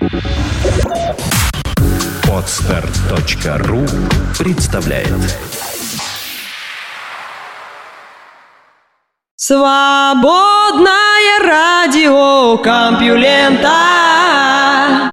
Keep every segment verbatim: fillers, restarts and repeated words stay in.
Подстар точка ру представляет. Свободное радио Компьюлента.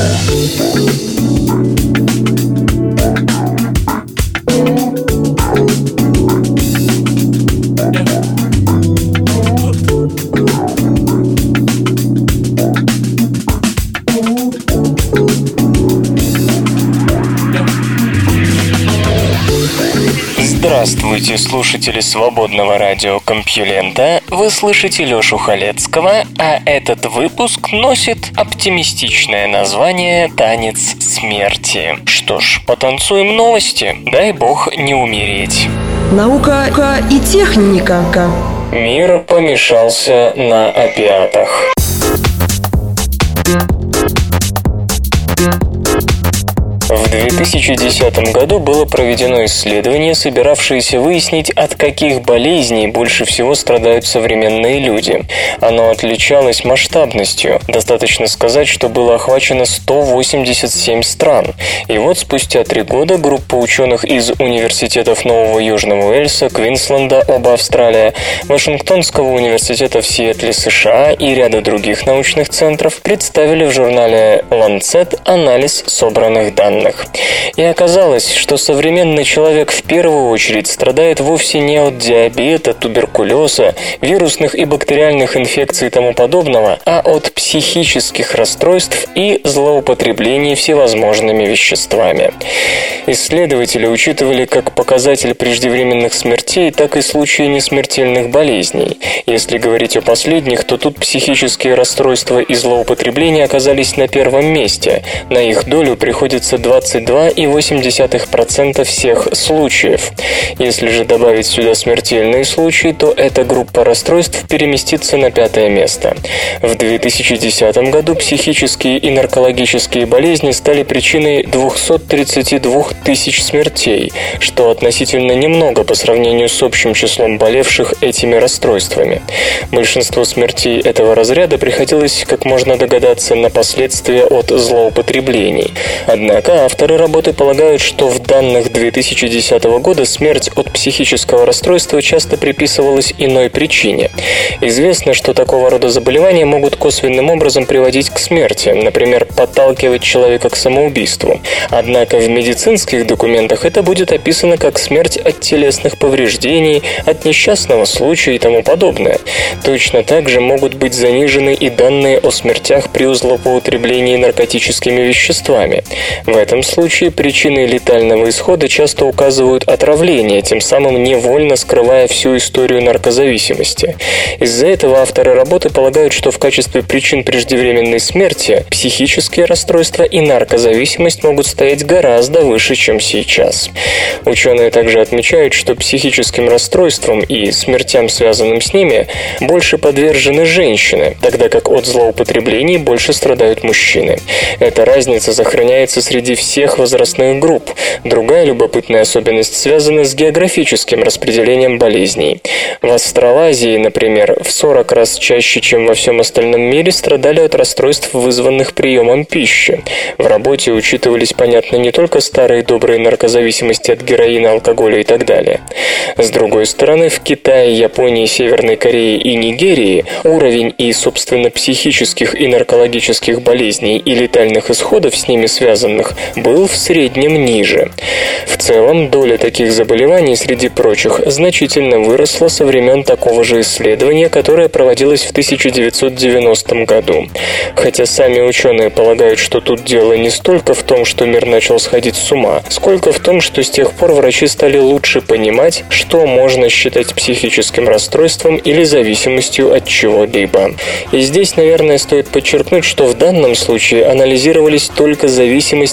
Здравствуйте, слушатели свободного радио Компьюлента. Вы слышите Лёшу Халецкого, а этот выпуск носит оптимистичное название «Танец смерти». Что ж, потанцуем новости. Дай бог не умереть. Наука и техника. Мир помешался на опиатах. В две тысячи десятом году было проведено исследование, собиравшееся выяснить, от каких болезней больше всего страдают современные люди. Оно отличалось масштабностью. Достаточно сказать, что было охвачено сто восемьдесят семь стран. И вот спустя три года группа ученых из университетов Нового Южного Уэльса, Квинсленда, оба Австралия, Вашингтонского университета в Сиэтле, США и ряда других научных центров представили в журнале Lancet анализ собранных данных. И оказалось, что современный человек в первую очередь страдает вовсе не от диабета, туберкулеза, вирусных и бактериальных инфекций и тому подобного, а от психических расстройств и злоупотреблений всевозможными веществами. Исследователи учитывали как показатель преждевременных смертей, так и случаи несмертельных болезней. Если говорить о последних, то тут психические расстройства и злоупотребления оказались на первом месте. На их долю приходится двадцать два целых восемь десятых процента всех случаев. Если же добавить сюда смертельные случаи, то эта группа расстройств переместится на пятое место. В две тысячи десятом году психические и наркологические болезни стали причиной двести тридцать два тысяч смертей, что относительно немного по сравнению с общим числом болевших этими расстройствами. Большинство смертей этого разряда приходилось, как можно догадаться, на последствия от злоупотреблений. Однако авторы работы полагают, что в данных две тысячи десятого года смерть от психического расстройства часто приписывалась иной причине. Известно, что такого рода заболевания могут косвенным образом приводить к смерти, например, подталкивать человека к самоубийству. Однако в медицинских документах это будет описано как смерть от телесных повреждений, от несчастного случая и тому подобное. Точно так же могут быть занижены и данные о смертях при злоупотреблении наркотическими веществами. В этом случае причиной летального исхода часто указывают отравление, тем самым невольно скрывая всю историю наркозависимости. Из-за этого авторы работы полагают, что в качестве причин преждевременной смерти психические расстройства и наркозависимость могут стоять гораздо выше, чем сейчас. Ученые также отмечают, что психическим расстройствам и смертям, связанным с ними, больше подвержены женщины, тогда как от злоупотреблений больше страдают мужчины. Эта разница сохраняется среди всех возрастных групп. Другая любопытная особенность связана с географическим распределением болезней. В Австралазии, например, в сорок раз чаще, чем во всем остальном мире, страдали от расстройств, вызванных приемом пищи. В работе учитывались, понятно, не только старые добрые наркозависимости от героина, алкоголя и так далее. С другой стороны, в Китае, Японии, Северной Корее и Нигерии уровень и, собственно, психических и наркологических болезней и летальных исходов с ними связанных был в среднем ниже. В целом, доля таких заболеваний, среди прочих, значительно выросла со времен такого же исследования, которое проводилось в тысяча девятьсот девяностом году. Хотя сами ученые полагают, что тут дело не столько в том, что мир начал сходить с ума, сколько в том, что с тех пор врачи стали лучше понимать, что можно считать психическим расстройством или зависимостью от чего-либо. И здесь, наверное, стоит подчеркнуть, что в данном случае анализировались только зависимости от веществ,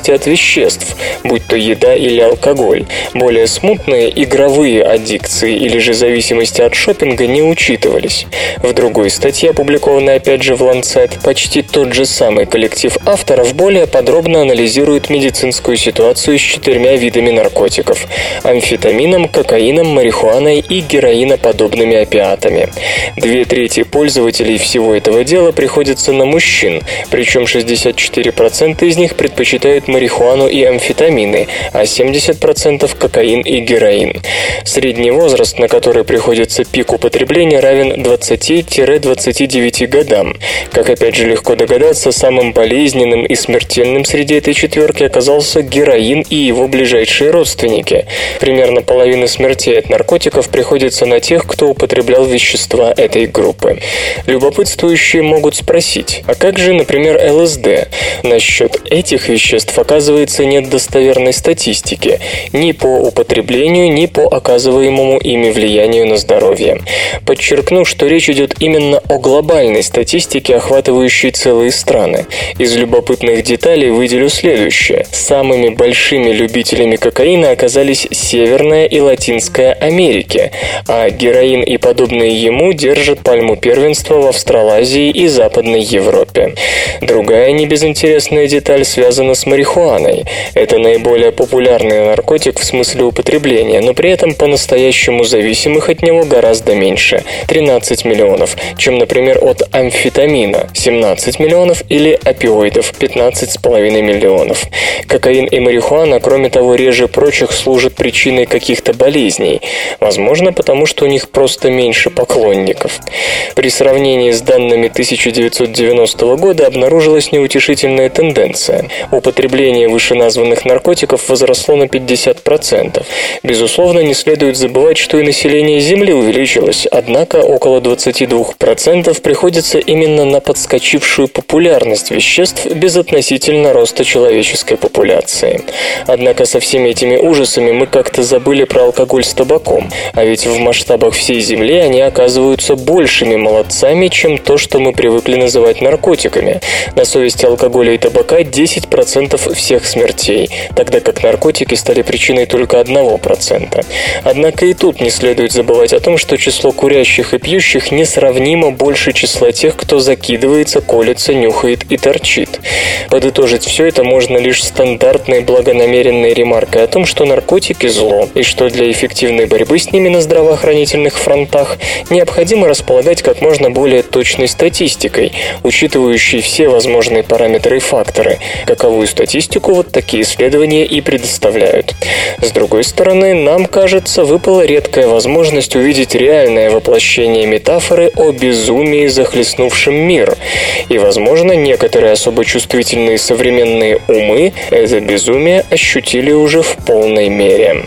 веществ, будь то еда или алкоголь. Более смутные игровые аддикции или же зависимости от шопинга не учитывались. В другой статье, опубликованной опять же в Lancet, почти тот же самый коллектив авторов более подробно анализирует медицинскую ситуацию с четырьмя видами наркотиков – амфетамином, кокаином, марихуаной и героиноподобными опиатами. Две трети пользователей всего этого дела приходится на мужчин, причем шестьдесят четыре процента из них предпочитают марихуану и амфетамины, а семьдесят процентов – кокаин и героин. Средний возраст, на который приходится пик употребления, равен двадцати-двадцати девяти годам. Как опять же легко догадаться, самым болезненным и смертельным среди этой четверки оказался героин и его ближайшие родственники. Примерно половина смертей от наркотиков приходится на тех, кто употреблял вещества этой группы. Любопытствующие могут спросить, а как же, например, ЛСД? Насчет этих веществ, оказывается, нет достоверной статистики ни по употреблению, ни по оказываемому ими влиянию на здоровье. Подчеркну, что речь идет именно о глобальной статистике, охватывающей целые страны. Из любопытных деталей выделю следующее. Самыми большими любителями кокаина оказались Северная и Латинская Америки, а героин и подобные ему держат пальму первенства в Австралазии и Западной Европе. Другая небезынтересная деталь связана с марихуаной. Это наиболее популярный наркотик в смысле употребления, но при этом по-настоящему зависимых от него гораздо меньше – тринадцать миллионов, чем, например, от амфетамина – семнадцать миллионов или опиоидов – пятнадцать с половиной миллионов. Кокаин и марихуана, кроме того, реже прочих служат причиной каких-то болезней. Возможно, потому что у них просто меньше поклонников. При сравнении с данными тысяча девятьсот девяностого года обнаружилась неутешительная тенденция. Употребление вышеназванных наркотиков возросло на пятьдесят процентов. Безусловно, не следует забывать, что и население Земли увеличилось, однако около двадцать два процента приходится именно на подскочившую популярность веществ безотносительно роста человеческой популяции. Однако со всеми этими ужасами мы как-то забыли про алкоголь с табаком, а ведь в масштабах всей Земли они оказываются большими молодцами, чем то, что мы привыкли называть наркотиками. На совести алкоголя и табака десять процентов всех смертей, тогда как наркотики стали причиной только одного процента. Однако и тут не следует забывать о том, что число курящих и пьющих несравнимо больше числа тех, кто закидывается, колется, нюхает и торчит. Подытожить все это можно лишь стандартной благонамеренной ремаркой о том, что наркотики – зло, и что для эффективной борьбы с ними на здравоохранительных фронтах необходимо располагать как можно более точной статистикой, учитывающей все возможные параметры и факторы. Каковую статистику вот такие исследования и предоставляют. С другой стороны, нам, кажется, выпала редкая возможность увидеть реальное воплощение метафоры о безумии, захлестнувшем мир. И, возможно, некоторые особо чувствительные современные умы это безумие ощутили уже в полной мере.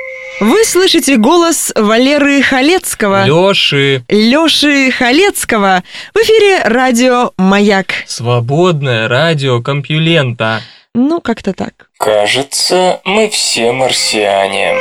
Вы слышите голос Валеры Халецкого. Лёши. Лёши Халецкого. В эфире радио «Маяк». Свободное радио Компьюлента. Ну, как-то так. Кажется, мы все марсиане.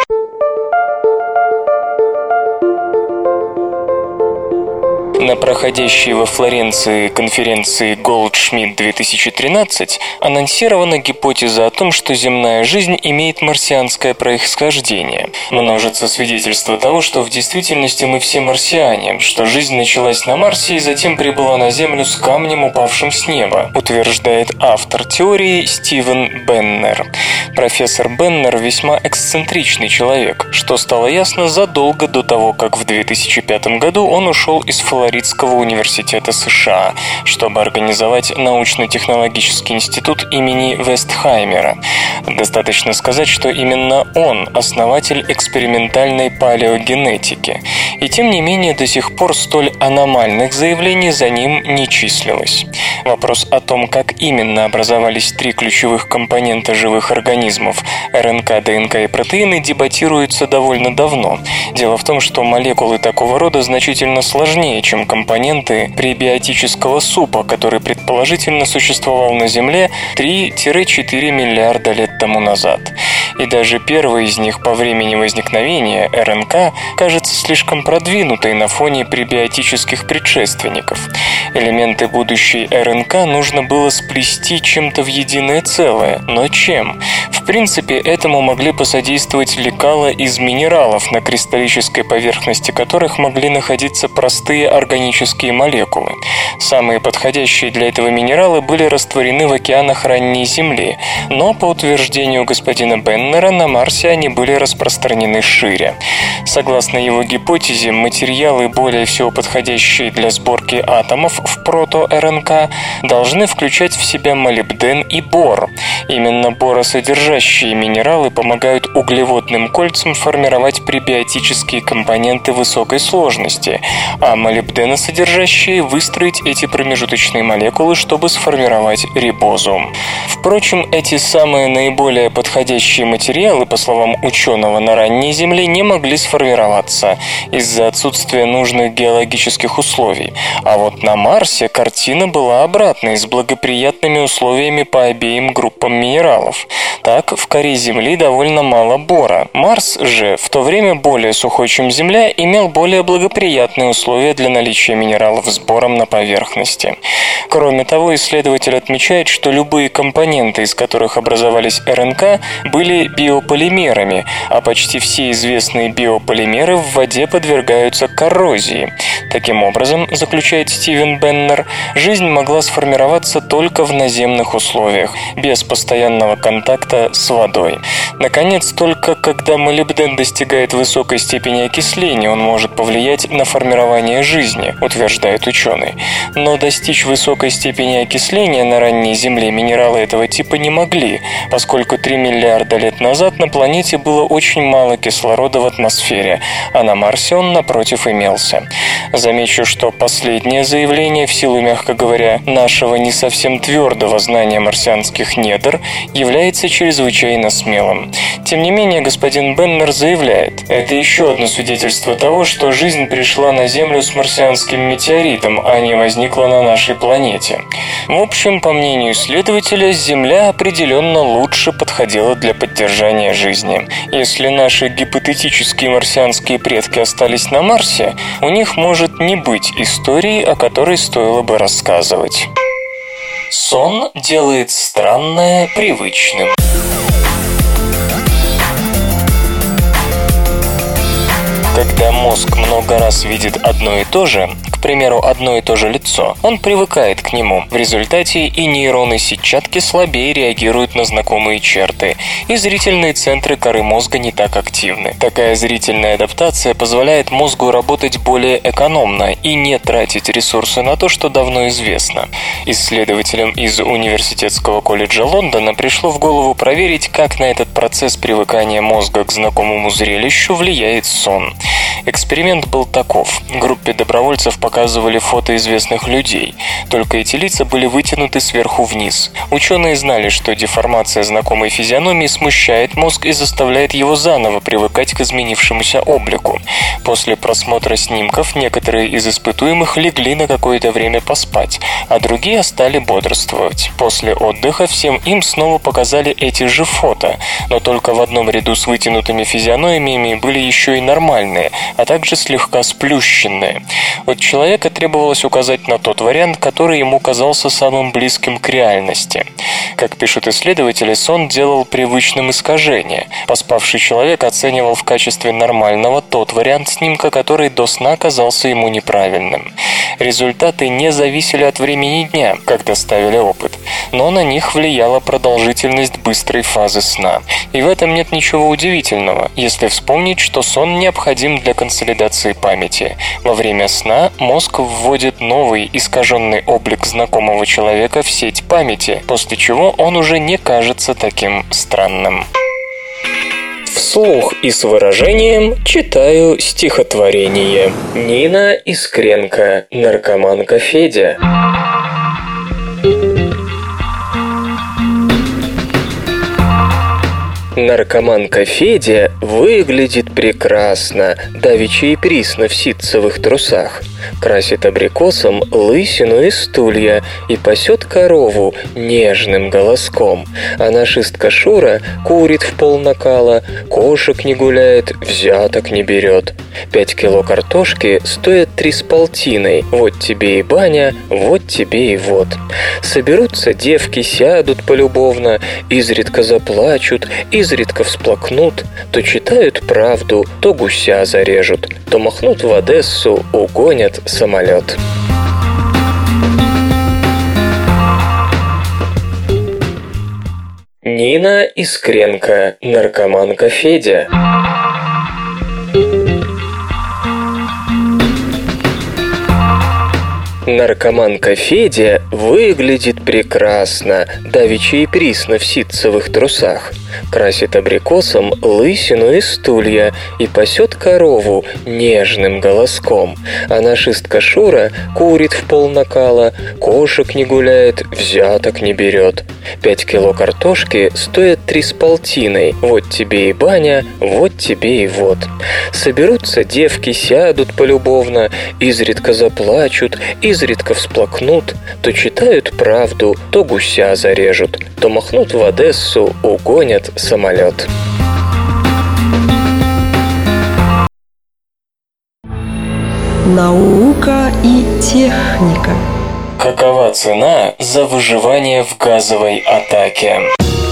На проходящей во Флоренции конференции Goldschmidt две тысячи тринадцать анонсирована гипотеза о том, что земная жизнь имеет марсианское происхождение. Множатся свидетельства того, что в действительности мы все марсиане, что жизнь началась на Марсе и затем прибыла на Землю с камнем, упавшим с неба, утверждает автор теории Стивен Беннер. Профессор Беннер весьма эксцентричный человек, что стало ясно задолго до того, как в две тысячи пятом году он ушел из Флоридского университета США, чтобы организовать научно-технологический институт имени Вестхаймера. Достаточно сказать, что именно он основатель экспериментальной палеогенетики. И тем не менее до сих пор столь аномальных заявлений за ним не числилось. Вопрос о том, как именно образовались три ключевых компонента живых организмов – РНК, ДНК и протеины – дебатируется довольно давно. Дело в том, что молекулы такого рода значительно сложнее, чем компоненты пребиотического супа, который предположительно существовал на Земле три-четыре миллиарда лет тому назад. И даже первая из них по времени возникновения, эр эн ка, кажется слишком продвинутой на фоне пребиотических предшественников. Элементы будущей эр эн ка нужно было сплести чем-то в единое целое, но чем? В принципе, этому могли посодействовать лекала из минералов, на кристаллической поверхности которых могли находиться простые органические молекулы. Самые подходящие для этого минералы были растворены в океанах ранней Земли, но, по утверждению господина Беннера, на Марсе они были распространены шире. Согласно его гипотезе, материалы, более всего подходящие для сборки атомов в прото-эр эн ка, должны включать в себя молибден и бор. Именно боросодержащие минералы помогают углеводным кольцам формировать пребиотические компоненты высокой сложности, а молибденосодержащие выстроить эти промежуточные молекулы, чтобы сформировать рибозу. Впрочем, эти самые наиболее подходящие материалы, по словам ученого, на ранней Земле не могли сформироваться из-за отсутствия нужных геологических условий. А вот на Марсе картина была обратной, с благоприятными условиями по обеим группам минералов. Так, в коре Земли довольно мало бора. Марс же, в то время более сухой, чем Земля, имел более благоприятные условия для наличия минералов с бором на поверхности. Кроме того, исследователь отмечает, что любые компоненты, из которых образовались эр эн ка, были биополимерами, а почти все известные биополимеры в воде подвергаются коррозии. Таким образом, заключает Стивен Беннер, жизнь могла сформироваться только в наземных условиях, без постоянного контакта с водой. Наконец, только когда молибден достигает высокой степени окисления, он может повлиять на формирование жизни, утверждает ученый. Но достичь высокой степени окисления на ранней Земле минералы этого типа не могли, поскольку три миллиарда лет назад на планете было очень мало кислорода в атмосфере, а на Марсе он, напротив, имелся. Замечу, что последнее заявление, в силу, мягко говоря, нашего не совсем твердого знания марсианских недр, является чрезвычайно смелым. Тем не менее, господин Беннер заявляет, это еще одно свидетельство того, что жизнь пришла на Землю с марсианским метеоритом, а не возникла на нашей планете. В общем, по мнению исследователя, Земля определенно лучше подходила для поддержания жизни. Если наши гипотетические марсианские предки остались на Марсе, у них может не быть истории, о которой стоило бы рассказывать. Сон делает странное привычным. Когда мозг много раз видит одно и то же, к примеру, одно и то же лицо, он привыкает к нему. В результате и нейроны сетчатки слабее реагируют на знакомые черты, и зрительные центры коры мозга не так активны. Такая зрительная адаптация позволяет мозгу работать более экономно и не тратить ресурсы на то, что давно известно. Исследователям из Университетского колледжа Лондона пришло в голову проверить, как на этот процесс привыкания мозга к знакомому зрелищу влияет сон. Эксперимент был таков. Группе добровольцев показывали фото известных людей. Только эти лица были вытянуты сверху вниз. Ученые знали, что деформация знакомой физиономии смущает мозг и заставляет его заново привыкать к изменившемуся облику. После просмотра снимков некоторые из испытуемых легли на какое-то время поспать, а другие стали бодрствовать. После отдыха всем им снова показали эти же фото, но только в одном ряду с вытянутыми физиономиями были еще и нормальные, а также слегка сплющенные. От человека требовалось указать на тот вариант, который ему казался самым близким к реальности. Как пишут исследователи, сон делал привычным искажение. Поспавший человек оценивал в качестве нормального тот вариант снимка, который до сна казался ему неправильным. Результаты не зависели от времени дня, когда ставили опыт, но на них влияла продолжительность быстрой фазы сна. И в этом нет ничего удивительного, если вспомнить, что сон необходим для консолидации памяти. Во время сна мозг вводит новый искаженный облик знакомого человека в сеть памяти, после чего он уже не кажется таким странным. Вслух и с выражением читаю стихотворение. Нина Искренко, наркоманка Федя. Наркоманка Федя выглядит прекрасно, давеча и присно в ситцевых трусах. красит абрикосом лысину и стулья и пасет корову нежным голоском. А нашистка Шура курит в пол накала, кошек не гуляет, взяток не берет. Пять кило картошки стоят три с полтиной, вот тебе и баня, вот тебе и вот. Соберутся девки, сядут полюбовно, изредка заплачут, изредка всплакнут, то читают правду, то гуся зарежут, то махнут в Одессу, угонят самолет. Нина Искренко, наркоманка Федя. Наркоманка Федя выглядит прекрасно, давеча и присно в ситцевых трусах. Красит абрикосом лысину и стулья и пасет корову нежным голоском. А нашистка Шура курит в пол накала, кошек не гуляет, взяток не берет. Пять кило картошки стоят три с полтиной, вот тебе и баня, вот тебе и вот. Соберутся девки, сядут полюбовно, изредка заплачут, изредка всплакнут, то читают правду, то гуся зарежут, то махнут в Одессу, угонят самолет. Наука и техника. Какова цена за выживание в газовой атаке?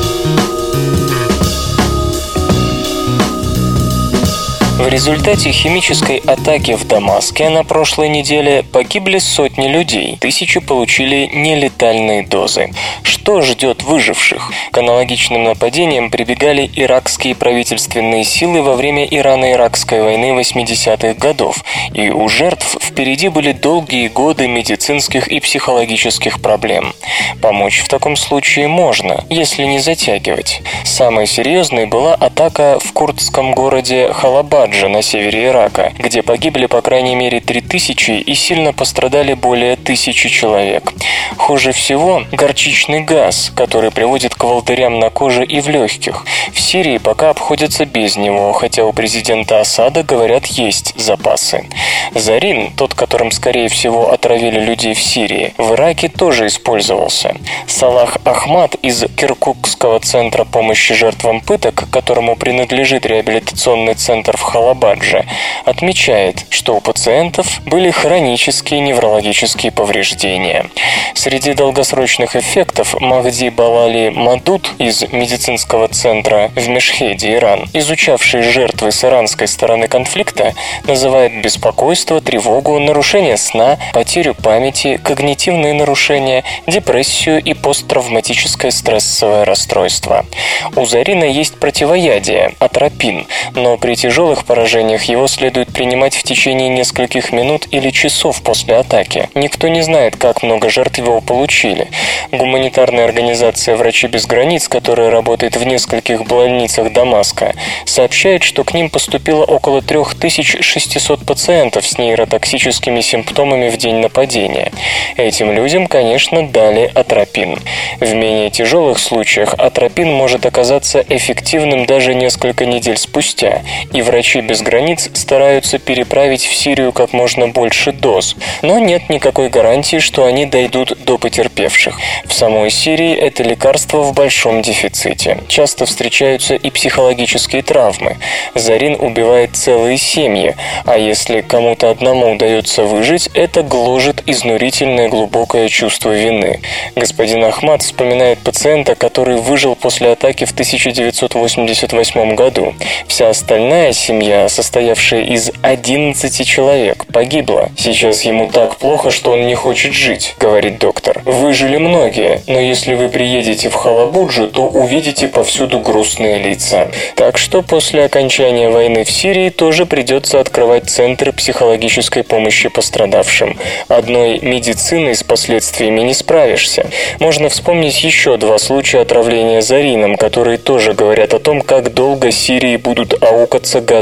В результате химической атаки в Дамаске на прошлой неделе погибли сотни людей, тысячи получили нелетальные дозы. Что ждет выживших? К аналогичным нападениям прибегали иракские правительственные силы во время Ирано-Иракской войны восьмидесятых годов, и у жертв впереди были долгие годы медицинских и психологических проблем. Помочь в таком случае можно, если не затягивать. Самой серьезной была атака в курдском городе Халабад на севере Ирака, где погибли по крайней мере три тысячи и сильно пострадали более тысячи человек. Хуже всего горчичный газ, который приводит к волдырям на коже и в легких. В Сирии пока обходятся без него, хотя у президента Асада, говорят, есть запасы. Зарин, тот, которым скорее всего отравили людей в Сирии, в Ираке тоже использовался. Салах Ахмад из Киркукского центра помощи жертвам пыток, которому принадлежит реабилитационный центр в Халабадже, отмечает, что у пациентов были хронические неврологические повреждения. Среди долгосрочных эффектов Махди Балали Мадуд из медицинского центра в Мешхеде, Иран, изучавший жертвы с иранской стороны конфликта, называет беспокойство, тревогу, нарушение сна, потерю памяти, когнитивные нарушения, депрессию и посттравматическое стрессовое расстройство. У Зарина есть противоядие – атропин, но при тяжелых поражениях его следует принимать в течение нескольких минут или часов после атаки. Никто не знает, как много жертв его получили. Гуманитарная организация «Врачи без границ», которая работает в нескольких больницах Дамаска, сообщает, что к ним поступило около три тысячи шестьсот пациентов с нейротоксическими симптомами в день нападения. Этим людям, конечно, дали атропин. В менее тяжелых случаях атропин может оказаться эффективным даже несколько недель спустя, и «Врачи без границ» стараются переправить в Сирию как можно больше доз, но нет никакой гарантии, что они дойдут до потерпевших. В самой Сирии это лекарство в большом дефиците. Часто встречаются и психологические травмы. Зарин убивает целые семьи, а если кому-то одному удается выжить, это гложет изнурительное глубокое чувство вины. Господин Ахмад вспоминает пациента, который выжил после атаки в тысяча девятьсот восемьдесят восьмом году. Вся остальная семья, состоявшая из одиннадцати человек, погибла. Сейчас ему так плохо, что он не хочет жить, говорит доктор. Выжили многие, но если вы приедете в Халабуджу, то увидите повсюду грустные лица. Так что после окончания войны в Сирии тоже придется открывать центры психологической помощи пострадавшим. Одной медициной с последствиями не справишься. Можно вспомнить еще два случая отравления зарином, которые тоже говорят о том, как долго Сирии будут аукаться газовые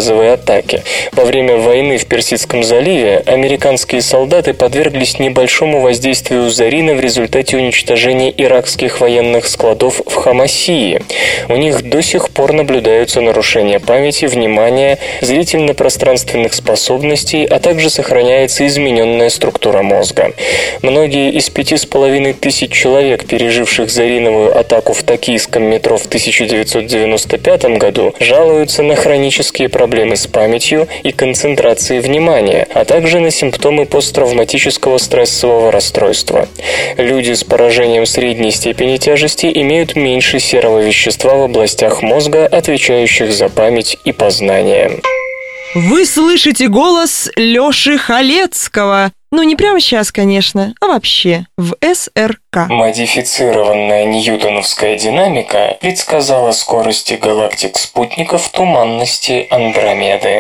газовой атаки. Во время войны в Персидском заливе американские солдаты подверглись небольшому воздействию зарина в результате уничтожения иракских военных складов в Хамасии. У них до сих пор наблюдаются нарушения памяти, внимания, зрительно-пространственных способностей, а также сохраняется измененная структура мозга. Многие из пяти с половиной тысяч человек, переживших зариновую атаку в токийском метро в тысяча девятьсот девяносто пятом году, жалуются на хронические проблемы с памятью и концентрацией внимания, а также на симптомы посттравматического стрессового расстройства. Люди с поражением средней степени тяжести имеют меньше серого вещества в областях мозга, отвечающих за память и познание. Вы слышите голос Лёши Халецкого. Ну, не прямо сейчас, конечно, а вообще в эс эр ка. Модифицированная ньютоновская динамика предсказала скорости галактик-спутников туманности Андромеды.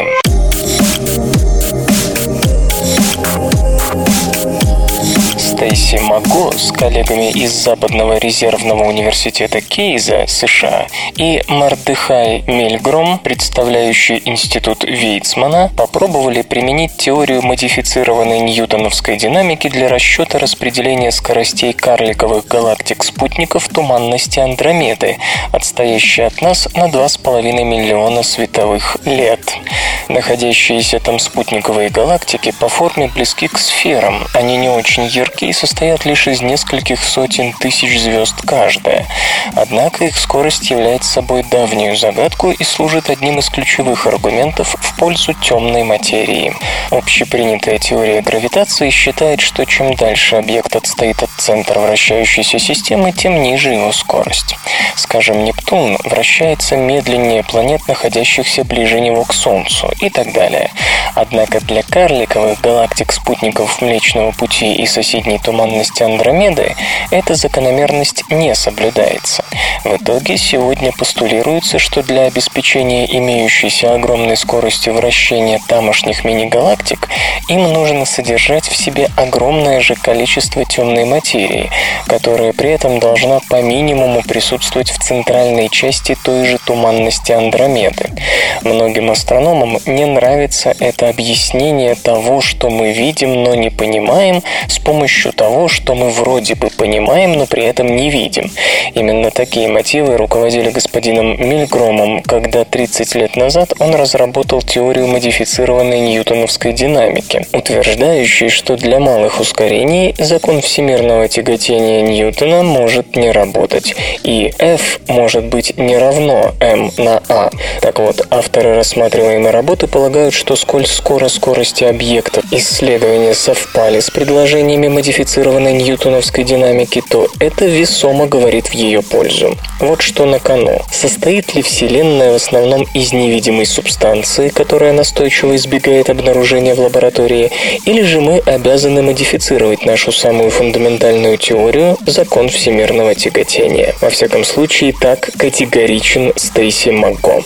Стейси Маго с коллегами из Западного резервного университета Кейза, США, и Мардехай Мильгром, представляющий институт Вейцмана, попробовали применить теорию модифицированной ньютоновской динамики для расчета распределения скоростей карликовых галактик-спутников туманности Андромеды, отстоящей от нас на два с половиной миллиона световых лет. Находящиеся там спутниковые галактики по форме близки к сферам. Они не очень яркие и состоят лишь из нескольких сотен тысяч звезд каждая. Однако их скорость является собой давнюю загадку и служит одним из ключевых аргументов в пользу темной материи. Общепринятая теория гравитации считает, что чем дальше объект отстоит от центра вращающейся системы, тем ниже его скорость. Скажем, Нептун вращается медленнее планет, находящихся ближе него к Солнцу, и так далее. Однако для карликовых галактик-спутников Млечного Пути и соседней туманности Андромеды эта закономерность не соблюдается. В итоге сегодня постулируется, что для обеспечения имеющейся огромной скорости вращения тамошних мини-галактик им нужно содержать в себе огромное же количество темной материи, которая при этом должна по минимуму присутствовать в центральной части той же туманности Андромеды. Многим астрономам не нравится это объяснение того, что мы видим, но не понимаем, с помощью того, что мы вроде бы понимаем, но при этом не видим. Именно такие мотивы руководили господином Мильгромом, когда тридцать лет назад он разработал теорию модифицированной ньютоновской динамики, утверждающей, что для малых ускорений закон всемирного тяготения Ньютона может не работать, и F может быть не равно m на a. Так вот, авторы рассматриваемой работы полагают, что сколь скоро скорости объектов исследования совпали с предложениями модифицированной ньютоновской динамики, то это весомо говорит в ее пользу. Вот что на кону. Состоит ли Вселенная в основном из невидимой субстанции, которая настойчиво избегает обнаружения в лаборатории, или же мы обязаны модифицировать нашу самую фундаментальную теорию, закон всемирного тяготения? Во всяком случае, так категоричен Стейси Маго.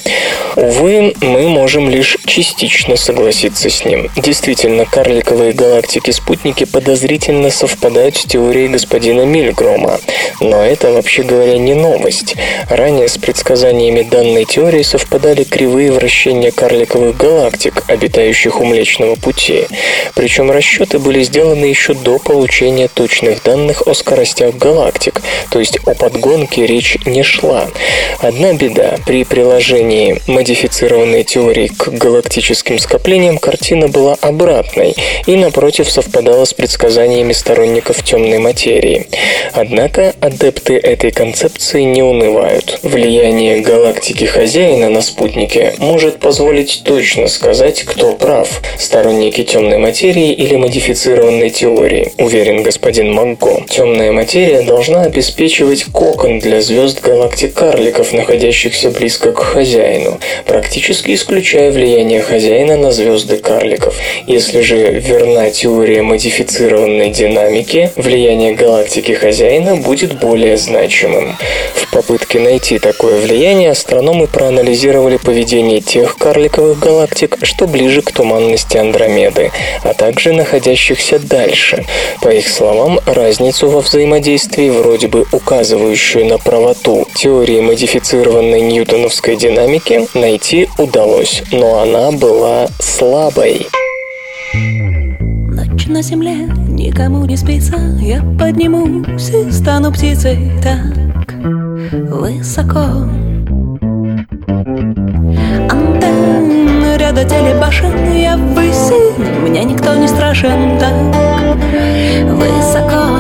Увы, мы можем лишь частично согласиться с ним. Действительно, карликовые галактики-спутники подозрительно совпадают с теорией господина Мильгрома. Но это, вообще говоря, не новость. Ранее с предсказаниями данной теории совпадали кривые вращения карликовых галактик, обитающих у Млечного Пути. Причем расчеты были сделаны еще до получения точных данных о скоростях галактик, то есть о подгонке речь не шла. Одна беда: при приложении модифицированной теории к галактическим скоплениям картина была обратной и, напротив, совпадала с предсказаниями сторонников темной материи. Однако адепты этой концепции не унывают. Влияние галактики-хозяина на спутники может позволить точно сказать, кто прав – сторонники темной материи или модифицированной теории, уверен господин Маго. Темная материя должна обеспечивать кокон для звезд галактик-карликов, находящихся близко к хозяину, практически исключая влияние хозяина на звезды карликов. Если же верна теория модифицированной динамики, влияние галактики хозяина будет более значимым. Солнцем. В попытке найти такое влияние астрономы проанализировали поведение тех карликовых галактик, что ближе к туманности Андромеды, а также находящихся дальше. По их словам, разницу во взаимодействии, вроде бы указывающую на правоту теории модифицированной ньютоновской динамики, найти удалось, но она была слабой. Ночь на земле, никому не спится. Я поднимусь и стану птицей так высоко. Антенн, ряда телебашен, я ввыси, мне никто не страшен так высоко.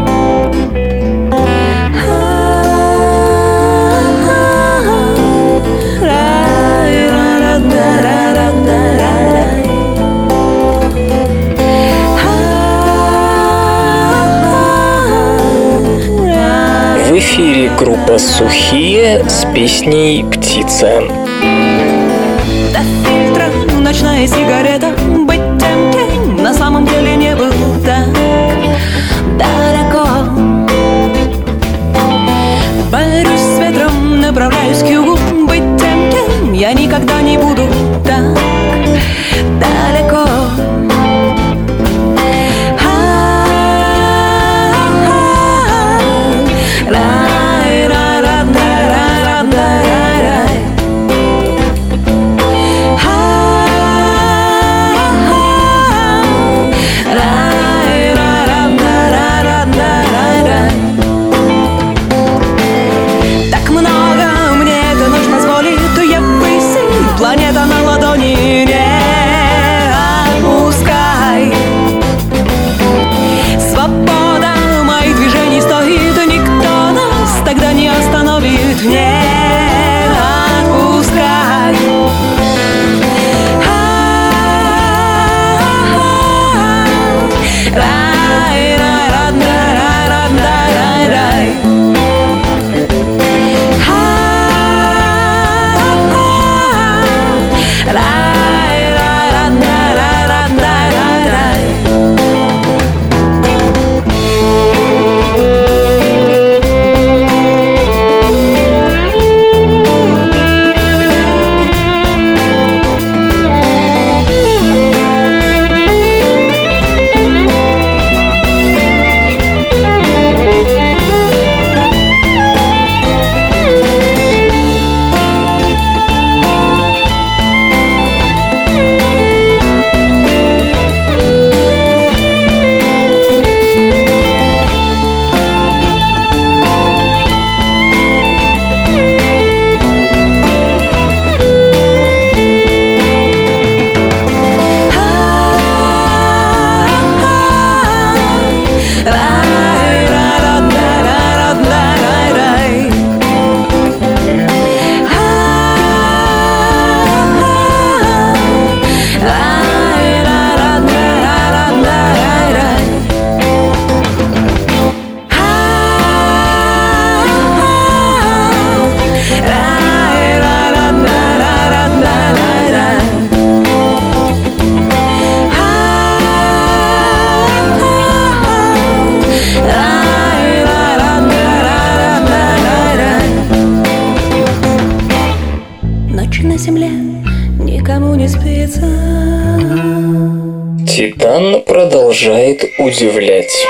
В эфире группа «Сухие» с песней «Птица». До фильтра ночная сигарета, быть тем, кем на самом деле не был так далеко. Борюсь с ветром, направляюсь к югу, быть тем, кем я никогда не буду так далеко. Планета на ладони, не отпускай. Свобода моих движений стоит, никто нас тогда не остановит. Не отпускай. Рай, рай, родной, рай, родной, рай, рай. Титан продолжает удивлять.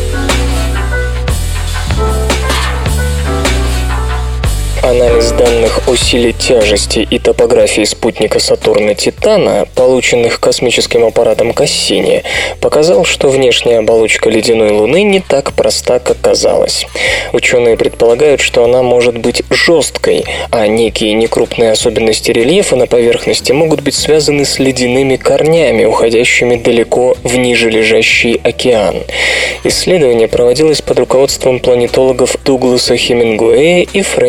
Анализ данных о силе тяжести и топографии спутника Сатурна Титана, полученных космическим аппаратом Кассини, показал, что внешняя оболочка ледяной Луны не так проста, как казалось. Ученые предполагают, что она может быть жесткой, а некие некрупные особенности рельефа на поверхности могут быть связаны с ледяными корнями, уходящими далеко в нижележащий океан. Исследование проводилось под руководством планетологов Дугласа Хемингуэя и Фрэнсиса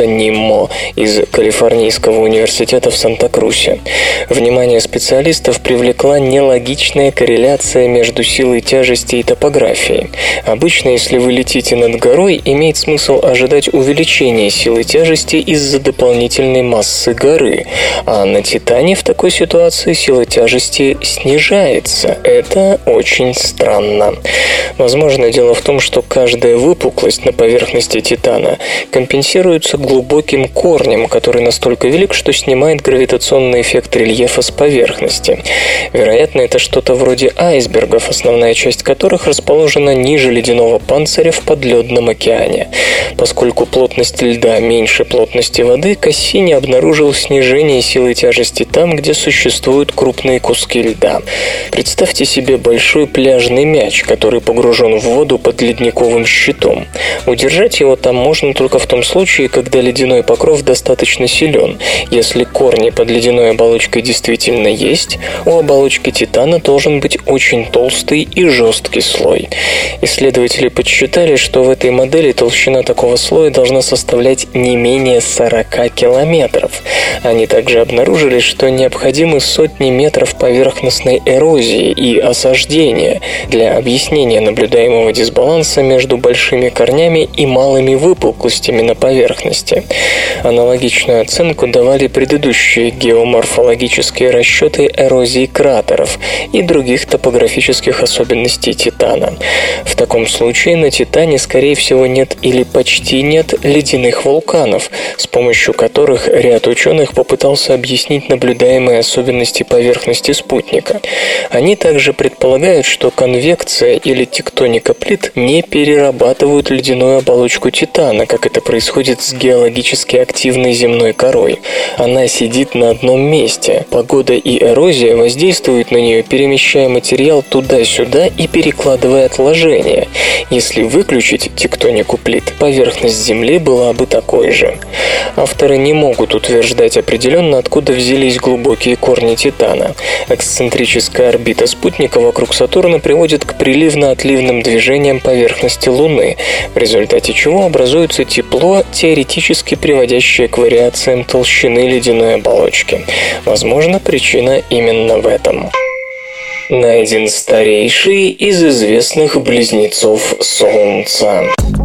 Ниммо из Калифорнийского университета в Санта-Крусе. Внимание специалистов привлекла нелогичная корреляция между силой тяжести и топографией. Обычно, если вы летите над горой, имеет смысл ожидать увеличения силы тяжести из-за дополнительной массы горы, а на Титане в такой ситуации сила тяжести снижается. Это очень странно. Возможно, дело в том, что каждая выпуклость на поверхности Титана компенсируется глубоким корнем, который настолько велик, что снимает гравитационный эффект рельефа с поверхности. Вероятно, это что-то вроде айсбергов, основная часть которых расположена ниже ледяного панциря в подледном океане. Поскольку плотность льда меньше плотности воды, Кассини обнаружил снижение силы тяжести там, где существуют крупные куски льда. Представьте себе большой пляжный мяч, который погружен в воду под ледниковым щитом. Удержать его там можно только в том случае, когда ледяной покров достаточно силен. Если корни под ледяной оболочкой действительно есть, у оболочки Титана должен быть очень толстый и жесткий слой. Исследователи подсчитали, что в этой модели толщина такого слоя должна составлять не менее сорок километров. Они также обнаружили, что необходимы сотни метров поверхностной эрозии и осаждения для объяснения наблюдаемого дисбаланса между большими корнями и малыми выпуклостями на поверхности. Аналогичную оценку давали предыдущие геоморфологические расчеты эрозии кратеров и других топографических особенностей Титана. В таком случае на Титане, скорее всего, нет или почти нет ледяных вулканов, с помощью которых ряд ученых попытался объяснить наблюдаемые особенности поверхности спутника. Они также предполагают, что конвекция или тектоника плит не перерабатывают ледяную оболочку Титана, как это происходит с геологически активной земной корой. Она сидит на одном месте. Погода и эрозия воздействуют на нее, перемещая материал туда-сюда и перекладывая отложения. Если выключить тектонику плит, поверхность Земли была бы такой же. Авторы не могут утверждать определенно, откуда взялись глубокие корни Титана. Эксцентрическая орбита спутника вокруг Сатурна приводит к приливно-отливным движениям поверхности Луны, в результате чего образуется тепло, теоретически приводящее к вариациям толщины ледяной оболочки. Возможно, причина именно в этом. Найден старейший из известных близнецов Солнца.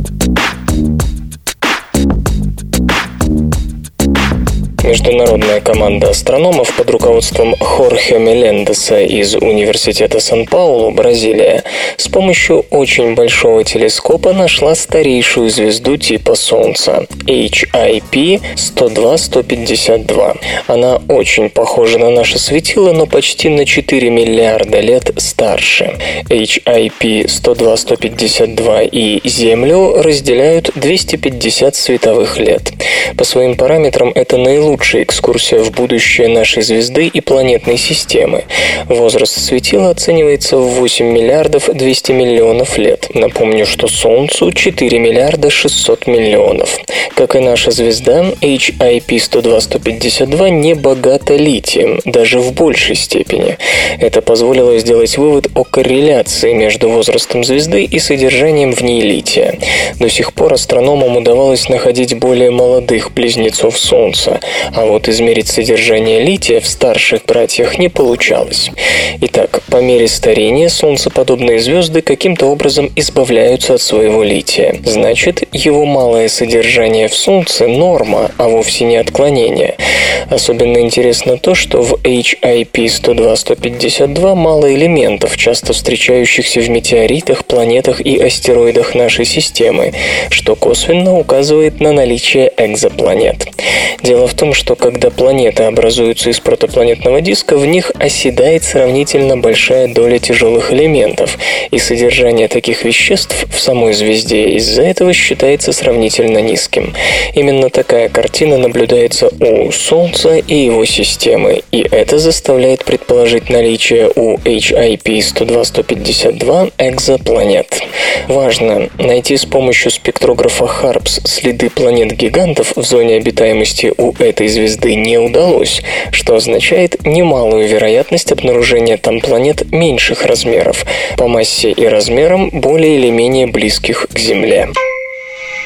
Международная команда астрономов под руководством Хорхе Мелендеса из Университета Сан-Паулу, Бразилия, с помощью очень большого телескопа нашла старейшую звезду типа Солнца – эйч ай пи сто два сто пятьдесят два. Она очень похожа на наше светило, но почти на четыре миллиарда лет старше. эйч ай пи сто два сто пятьдесят два и Землю разделяют двести пятьдесят световых лет. По своим параметрам это наилучшая лучшая экскурсия в будущее нашей звезды и планетной системы. Возраст светила оценивается в восемь миллиардов двести миллионов лет. Напомню, что Солнцу четыре миллиарда шестьсот миллионов. Как и наша звезда, эйч ай пи сто два сто пятьдесят два не богата литием, даже в большей степени. Это позволило сделать вывод о корреляции между возрастом звезды и содержанием в ней лития. До сих пор астрономам удавалось находить более молодых близнецов Солнца, а вот измерить содержание лития в старших братьях не получалось. Итак, по мере старения солнцеподобные звезды каким-то образом избавляются от своего лития. Значит, его малое содержание в Солнце – норма, а вовсе не отклонение. Особенно интересно то, что в эйч ай пи сто два сто пятьдесят два мало элементов, часто встречающихся в метеоритах, планетах и астероидах нашей системы, что косвенно указывает на наличие экзопланет. Дело в том, что когда планеты образуются из протопланетного диска, в них оседает сравнительно большая доля тяжелых элементов, и содержание таких веществ в самой звезде из-за этого считается сравнительно низким. Именно такая картина наблюдается у Солнца и его системы, и это заставляет предположить наличие у эйч ай пи сто два сто пятьдесят два экзопланет. Важно найти с помощью спектрографа Харпс следы планет-гигантов в зоне обитаемости у этой звезды не удалось, что означает немалую вероятность обнаружения там планет меньших размеров, по массе и размерам более или менее близких к Земле.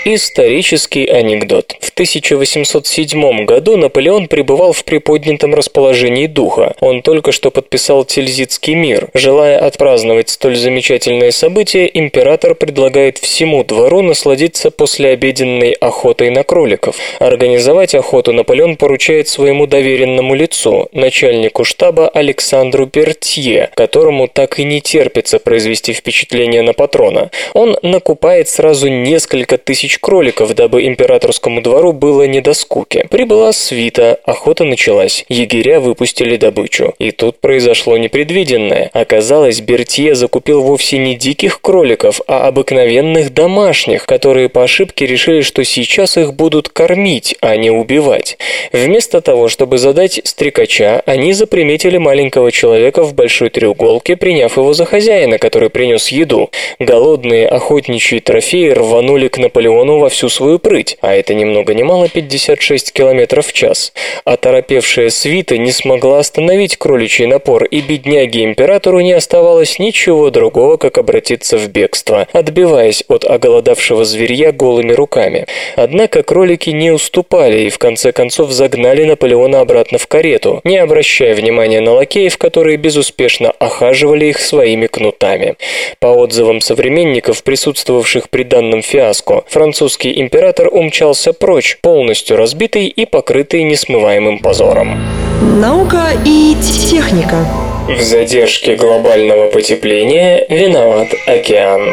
Исторический анекдот. В тысяча восемьсот седьмом году Наполеон пребывал в приподнятом расположении духа. Он только что подписал Тильзитский мир. Желая отпраздновать столь замечательное событие, император предлагает всему двору насладиться послеобеденной охотой на кроликов. Организовать охоту Наполеон поручает своему доверенному лицу, начальнику штаба Александру Бертье, которому так и не терпится произвести впечатление на патрона. Он накупает сразу несколько тысяч кроликов, дабы императорскому двору было не до скуки. Прибыла свита, охота началась, егеря выпустили добычу. И тут произошло непредвиденное. Оказалось, Бертье закупил вовсе не диких кроликов, а обыкновенных домашних, которые по ошибке решили, что сейчас их будут кормить, а не убивать. Вместо того, чтобы задать стрекача, они заприметили маленького человека в большой треуголке, приняв его за хозяина, который принес еду. Голодные охотничьи трофеи рванули к Наполеону во всю свою прыть, а это ни много ни мало пятьдесят шесть километров в час. Оторопевшая свита не смогла остановить кроличий напор, и бедняге-императору не оставалось ничего другого, как обратиться в бегство, отбиваясь от оголодавшего зверья голыми руками. Однако кролики не уступали и в конце концов загнали Наполеона обратно в карету, не обращая внимания на лакеев, которые безуспешно охаживали их своими кнутами. По отзывам современников, присутствовавших при данном фиаско, французский император умчался прочь, полностью разбитый и покрытый несмываемым позором. Наука и техника. В задержке глобального потепления виноват океан.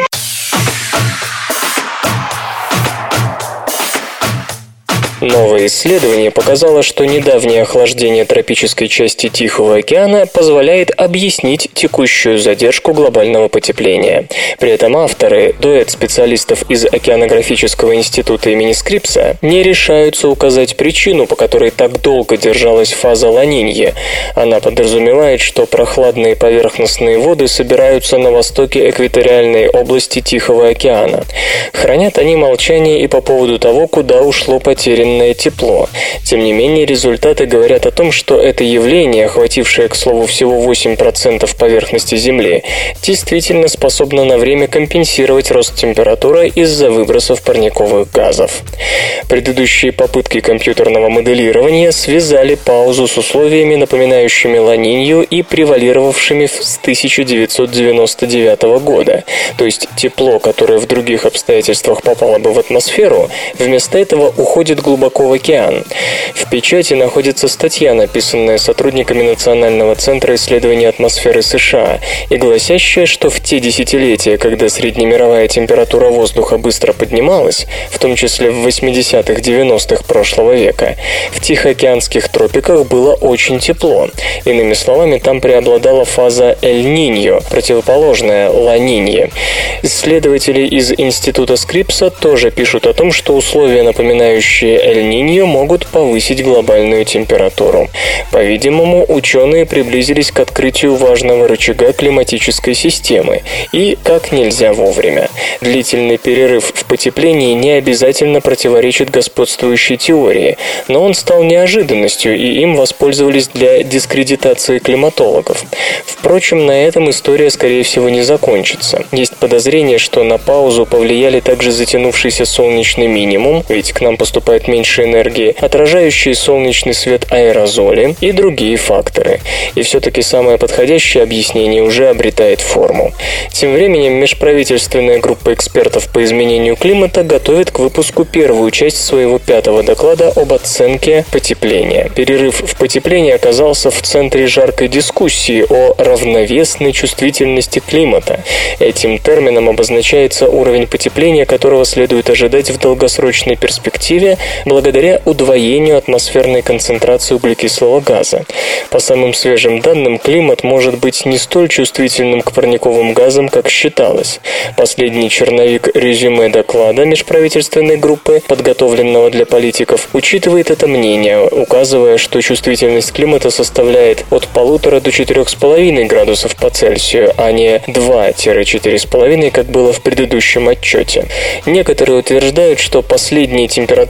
Новое исследование показало, что недавнее охлаждение тропической части Тихого океана позволяет объяснить текущую задержку глобального потепления. При этом авторы, дуэт специалистов из Океанографического института имени Скрипса, не решаются указать причину, по которой так долго держалась фаза Ла-Ниньи. Она подразумевает, что прохладные поверхностные воды собираются на востоке экваториальной области Тихого океана. Хранят они молчание и по поводу того, куда ушло потерянное тепло. Тем не менее, результаты говорят о том, что это явление, охватившее, к слову, всего восемь процентов поверхности Земли, действительно способно на время компенсировать рост температуры из-за выбросов парниковых газов. Предыдущие попытки компьютерного моделирования связали паузу с условиями, напоминающими Ла-Нинью и превалировавшими с тысяча девятьсот девяносто девятого года. То есть тепло, которое в других обстоятельствах попало бы в атмосферу, вместо этого уходит глубоко в океан. В печати находится статья, написанная сотрудниками Национального центра исследования атмосферы США, и гласящая, что в те десятилетия, когда среднемировая температура воздуха быстро поднималась, в том числе в восьмидесятых-девяностых прошлого века, в Тихоокеанских тропиках было очень тепло. Иными словами, там преобладала фаза Эль-Ниньо, противоположная Ла-Нинье. Исследователи из Института Скрипса тоже пишут о том, что условия, напоминающие Эль-Ниньо, могут повысить глобальную температуру. По-видимому, ученые приблизились к открытию важного рычага климатической системы, и как нельзя вовремя. Длительный перерыв в потеплении не обязательно противоречит господствующей теории, но он стал неожиданностью, и им воспользовались для дискредитации климатологов. Впрочем, на этом история, скорее всего, не закончится. Есть подозрение, что на паузу повлияли также затянувшийся солнечный минимум, ведь к нам поступает меньше энергии, отражающие солнечный свет аэрозоли и другие факторы. И все-таки самое подходящее объяснение уже обретает форму. Тем временем межправительственная группа экспертов по изменению климата готовит к выпуску первую часть своего пятого доклада об оценке потепления. Перерыв в потеплении оказался в центре жаркой дискуссии о равновесной чувствительности климата. Этим термином обозначается уровень потепления, которого следует ожидать в долгосрочной перспективе благодаря удвоению атмосферной концентрации углекислого газа. По самым свежим данным, климат может быть не столь чувствительным к парниковым газам, как считалось. Последний черновик резюме доклада межправительственной группы, подготовленного для политиков, учитывает это мнение, указывая, что чувствительность климата составляет от полутора до четырех с половиной градусов по Цельсию, а не два-четыре с половиной, как было в предыдущем отчете. Некоторые утверждают, что последние температурные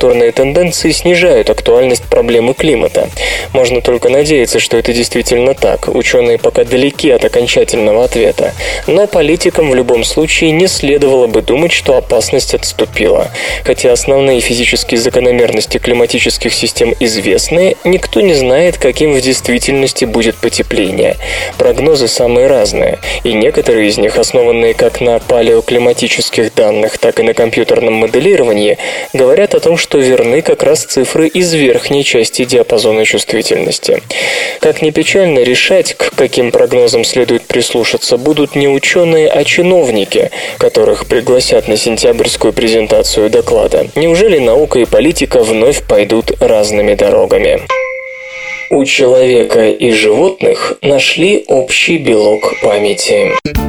тенденции снижают актуальность проблемы климата. Можно только надеяться, что это действительно так. Ученые пока далеки от окончательного ответа. Но политикам в любом случае не следовало бы думать, что опасность отступила. Хотя основные физические закономерности климатических систем известны, никто не знает, каким в действительности будет потепление. Прогнозы самые разные, и некоторые из них, основанные как на палеоклиматических данных, так и на компьютерном моделировании, говорят о том, что верны как раз цифры из верхней части диапазона чувствительности. Как ни печально, решать, к каким прогнозам следует прислушаться, будут не ученые, а чиновники, которых пригласят на сентябрьскую презентацию доклада. Неужели наука и политика вновь пойдут разными дорогами? У человека и животных нашли общий белок памяти.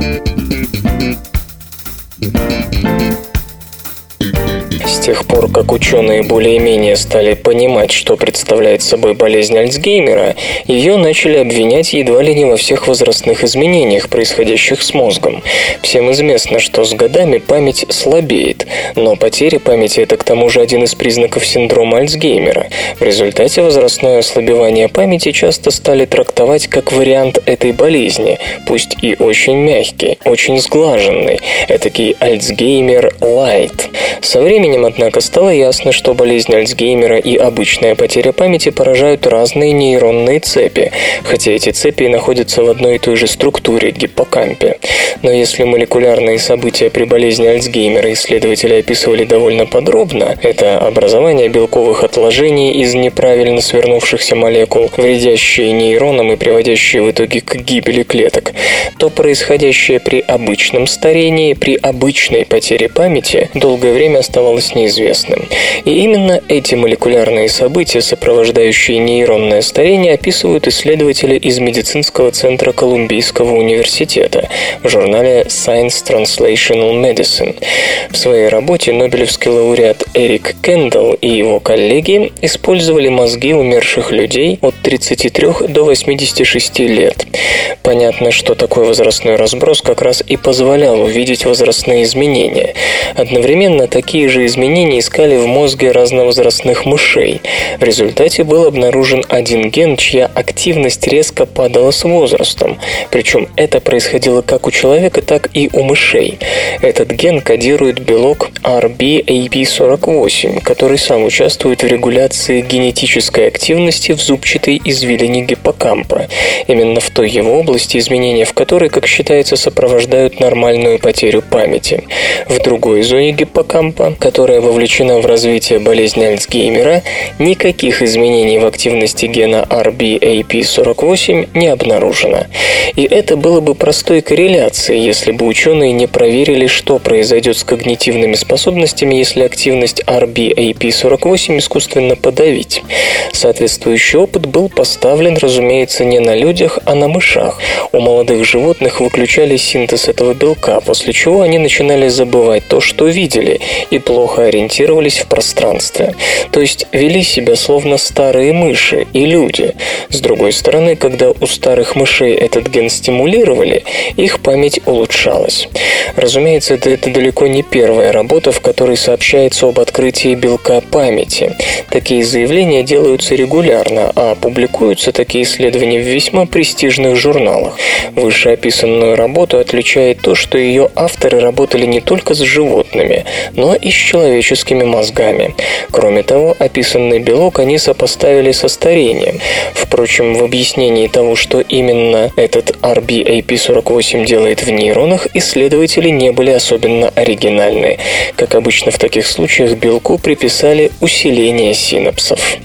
С тех пор, как ученые более-менее стали понимать, что представляет собой болезнь Альцгеймера, ее начали обвинять едва ли не во всех возрастных изменениях, происходящих с мозгом. Всем известно, что с годами память слабеет, но потеря памяти – это к тому же один из признаков синдрома Альцгеймера. В результате возрастное ослабевание памяти часто стали трактовать как вариант этой болезни, пусть и очень мягкий, очень сглаженный, этакий Альцгеймер-лайт. Со временем, однако, стало ясно, что болезнь Альцгеймера и обычная потеря памяти поражают разные нейронные цепи, хотя эти цепи находятся в одной и той же структуре – гиппокампе. Но если молекулярные события при болезни Альцгеймера исследователи описывали довольно подробно, это образование белковых отложений из неправильно свернувшихся молекул, вредящие нейронам и приводящие в итоге к гибели клеток, то происходящее при обычном старении, при обычной потере памяти долгое время оставалось неизвестным. И именно эти молекулярные события, сопровождающие нейронное старение, описывают исследователи из медицинского центра Колумбийского университета в журнале Science Translational Medicine. В своей работе нобелевский лауреат Эрик Кендалл и его коллеги использовали мозги умерших людей от тридцати трёх до восьмидесяти шести лет. Понятно, что такой возрастной разброс как раз и позволял увидеть возрастные изменения. Одновременно такие же изменения искали в мозге разновозрастных мышей. В результате был обнаружен один ген, чья активность резко падала с возрастом. Причем это происходило как у человека, так и у мышей. Этот ген кодирует белок ар би эй пи сорок восемь, который сам участвует в регуляции генетической активности в зубчатой извилине гиппокампа. Именно в той его области, изменения в которой, как считается, сопровождают нормальную потерю памяти. В другой зоне гиппокампа, которая вовлечена в развитие болезни Альцгеймера, никаких изменений в активности гена ар би эй пи сорок восемь не обнаружено. И это было бы простой корреляцией, если бы ученые не проверили, что произойдет с когнитивными способностями, если активность ар би эй пи сорок восемь искусственно подавить. Соответствующий опыт был поставлен, разумеется, не на людях, а на мышах. У молодых животных выключали синтез этого белка, после чего они начинали забывать то, что видели, и плохо ориентировались в пространстве. То есть вели себя словно старые мыши и люди. С другой стороны, когда у старых мышей этот ген стимулировали, их память улучшалась. Разумеется, это, это далеко не первая работа, в которой сообщается об открытии белка памяти. Такие заявления делаются регулярно, а публикуются такие исследования в весьма престижных журналах. Вышеописанную работу отличает то, что ее авторы работали не только с животными, но и с человеческими мозгами. Кроме того, описанный белок они сопоставили со старением. Впрочем, в объяснении того, что именно этот ар би эй пи сорок восемь делает в нейронах, исследователи не были особенно оригинальны. Как обычно в таких случаях, белку приписали усиление синапсов.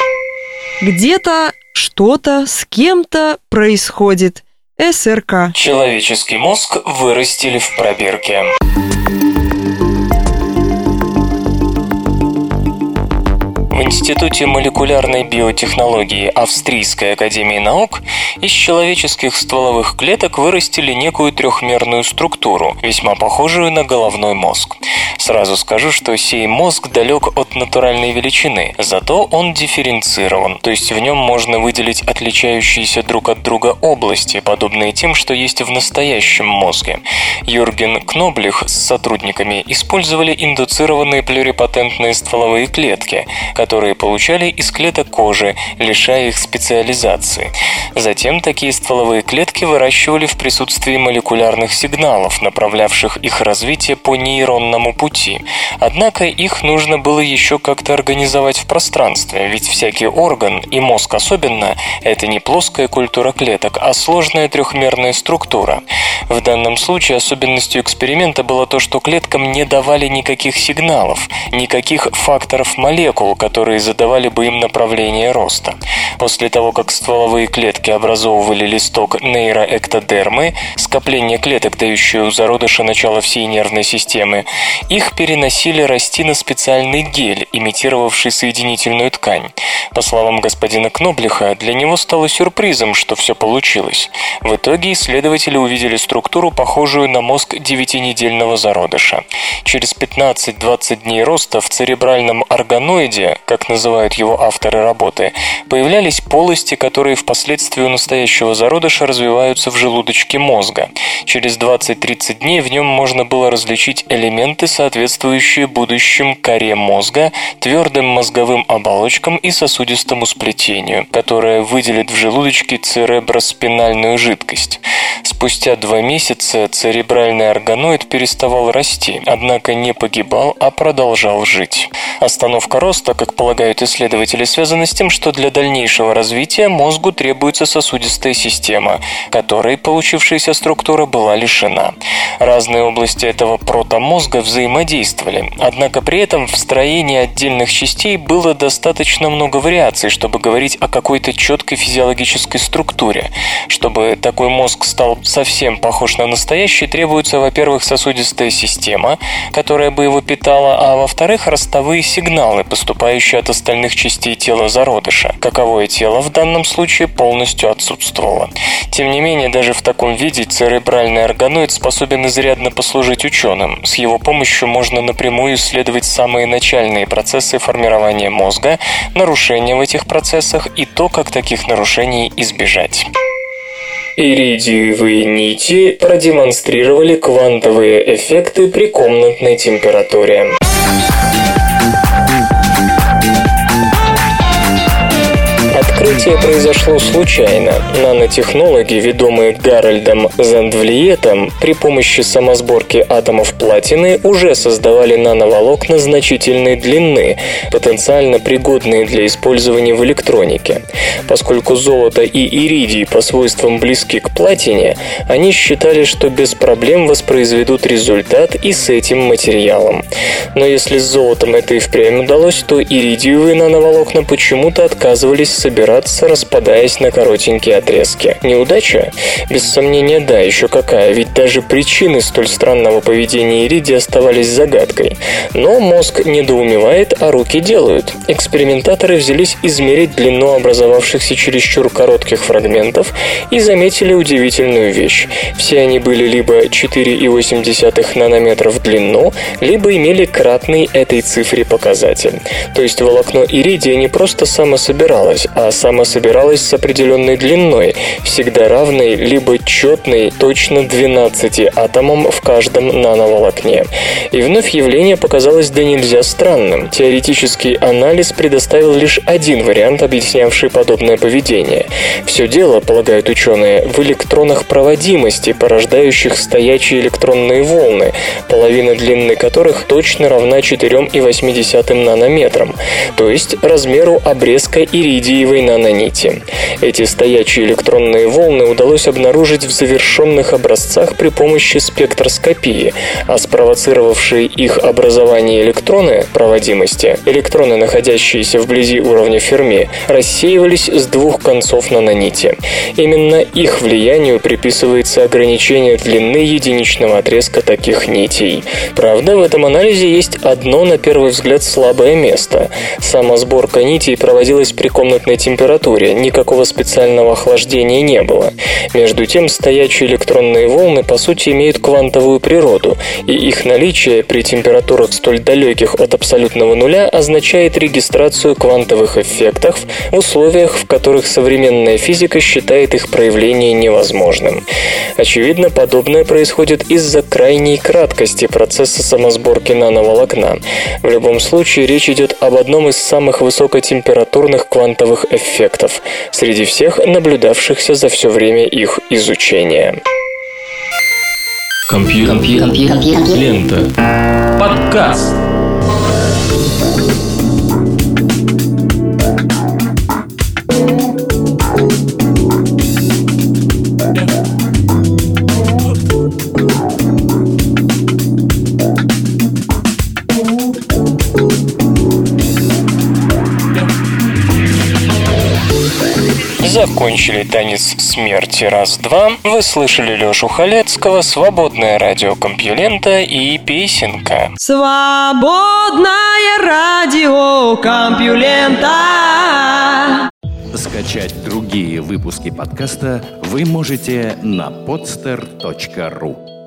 Где-то что-то с кем-то происходит. эс эр ка. Человеческий мозг вырастили в пробирке. В Институте молекулярной биотехнологии Австрийской академии наук из человеческих стволовых клеток вырастили некую трехмерную структуру, весьма похожую на головной мозг. Сразу скажу, что сей мозг далек от натуральной величины, зато он дифференцирован, то есть в нем можно выделить отличающиеся друг от друга области, подобные тем, что есть в настоящем мозге. Юрген Кноблих с сотрудниками использовали индуцированные плюрипотентные стволовые клетки, которые которые получали из клеток кожи, лишая их специализации. Затем такие стволовые клетки выращивали в присутствии молекулярных сигналов, направлявших их развитие по нейронному пути. Однако их нужно было еще как-то организовать в пространстве, ведь всякий орган, и мозг особенно, это не плоская культура клеток, а сложная трехмерная структура. В данном случае особенностью эксперимента было то, что клеткам не давали никаких сигналов, никаких факторов молекул, которые задавали бы им направление роста. После того, как стволовые клетки образовывали листок нейроэктодермы, скопление клеток, дающее у зародыша начало всей нервной системы, их переносили расти на специальный гель, имитировавший соединительную ткань. По словам господина Кноблиха, для него стало сюрпризом, что все получилось. В итоге исследователи увидели структуру, похожую на мозг девятинедельного зародыша. Через пятнадцать-двадцать дней роста в церебральном органоиде, как называют его авторы работы, появлялись полости, которые впоследствии у настоящего зародыша развиваются в желудочке мозга. Через двадцать-тридцать дней в нем можно было различить элементы, соответствующие будущим коре мозга, твердым мозговым оболочкам и сосудистому сплетению, которое выделит в желудочке цереброспинальную жидкость. Спустя два месяца церебральный органоид переставал расти, однако не погибал, а продолжал жить. Остановка роста, как полагают исследователи, связана с тем, что для дальнейшего развития мозгу требуется сосудистая система, которой получившаяся структура была лишена. Разные области этого протомозга взаимодействовали, однако при этом в строении отдельных частей было достаточно много вариаций, чтобы говорить о какой-то четкой физиологической структуре. Чтобы такой мозг стал совсем похож на настоящий, требуется, во-первых, сосудистая система, которая бы его питала, а во-вторых, ростовые сигналы, поступающие от остальных частей тела зародыша. Каковое тело в данном случае полностью отсутствовало. Тем не менее, даже в таком виде церебральный органоид способен изрядно послужить ученым. С его помощью можно напрямую исследовать самые начальные процессы формирования мозга, нарушения в этих процессах и то, как таких нарушений избежать. Иридиевые нити продемонстрировали квантовые эффекты при комнатной температуре. Открытие произошло случайно. Нанотехнологи, ведомые Гарольдом Зондвлиетом, при помощи самосборки атомов платины уже создавали нановолокна значительной длины, потенциально пригодные для использования в электронике. Поскольку золото и иридий по свойствам близки к платине, они считали, что без проблем воспроизведут результат и с этим материалом. Но если с золотом это и впрямь удалось, то иридиевые нановолокна почему-то отказывались собираться, распадаясь на коротенькие отрезки. Неудача? Без сомнения, да, еще какая, ведь даже причины столь странного поведения иридия оставались загадкой. Но мозг недоумевает, а руки делают. Экспериментаторы взялись измерить длину образовавшихся чересчур коротких фрагментов и заметили удивительную вещь. Все они были либо четыре целых восемь десятых нанометра в длину, либо имели кратный этой цифре показатель. То есть волокно иридия не просто самособиралось, а самособиралось с определенной длиной, всегда равной либо четной точно двенадцати атомам в каждом нановолокне. И вновь явление показалось да нельзя странным. Теоретический анализ предоставил лишь один вариант, объяснявший подобное поведение. Все дело, полагают ученые, в электронах проводимости, порождающих стоячие электронные волны, половина длины которых точно равна четырем целых восьми десятым нанометрам, то есть размеру обрезка иридиевой нанонити. Эти стоячие электронные волны удалось обнаружить в завершенных образцах при помощи спектроскопии, а спровоцировавшие их образование электроны проводимости, электроны, находящиеся вблизи уровня Ферми, рассеивались с двух концов нанонити. Именно их влиянию приписывается ограничение длины единичного отрезка таких нитей. Правда, в этом анализе есть одно, на первый взгляд, слабое место. Сама сборка нитей проводилась при комнатной температуре, температуре, никакого специального охлаждения не было. Между тем, стоячие электронные волны по сути имеют квантовую природу, и их наличие при температурах столь далеких от абсолютного нуля означает регистрацию квантовых эффектов в условиях, в которых современная физика считает их проявление невозможным. Очевидно, подобное происходит из-за крайней краткости процесса самосборки нановолокна. В любом случае, речь идет об одном из самых высокотемпературных квантовых эффектов среди всех наблюдавшихся за все время их изучения. Компьютер. Лента. Подкаст. Закончили танец смерти раз-два. Вы слышали Лёшу Халецкого, «Свободное радио Компьюлента» и песенка. Свободное радио Компьюлента. Скачать другие выпуски подкаста вы можете на podster точка ру.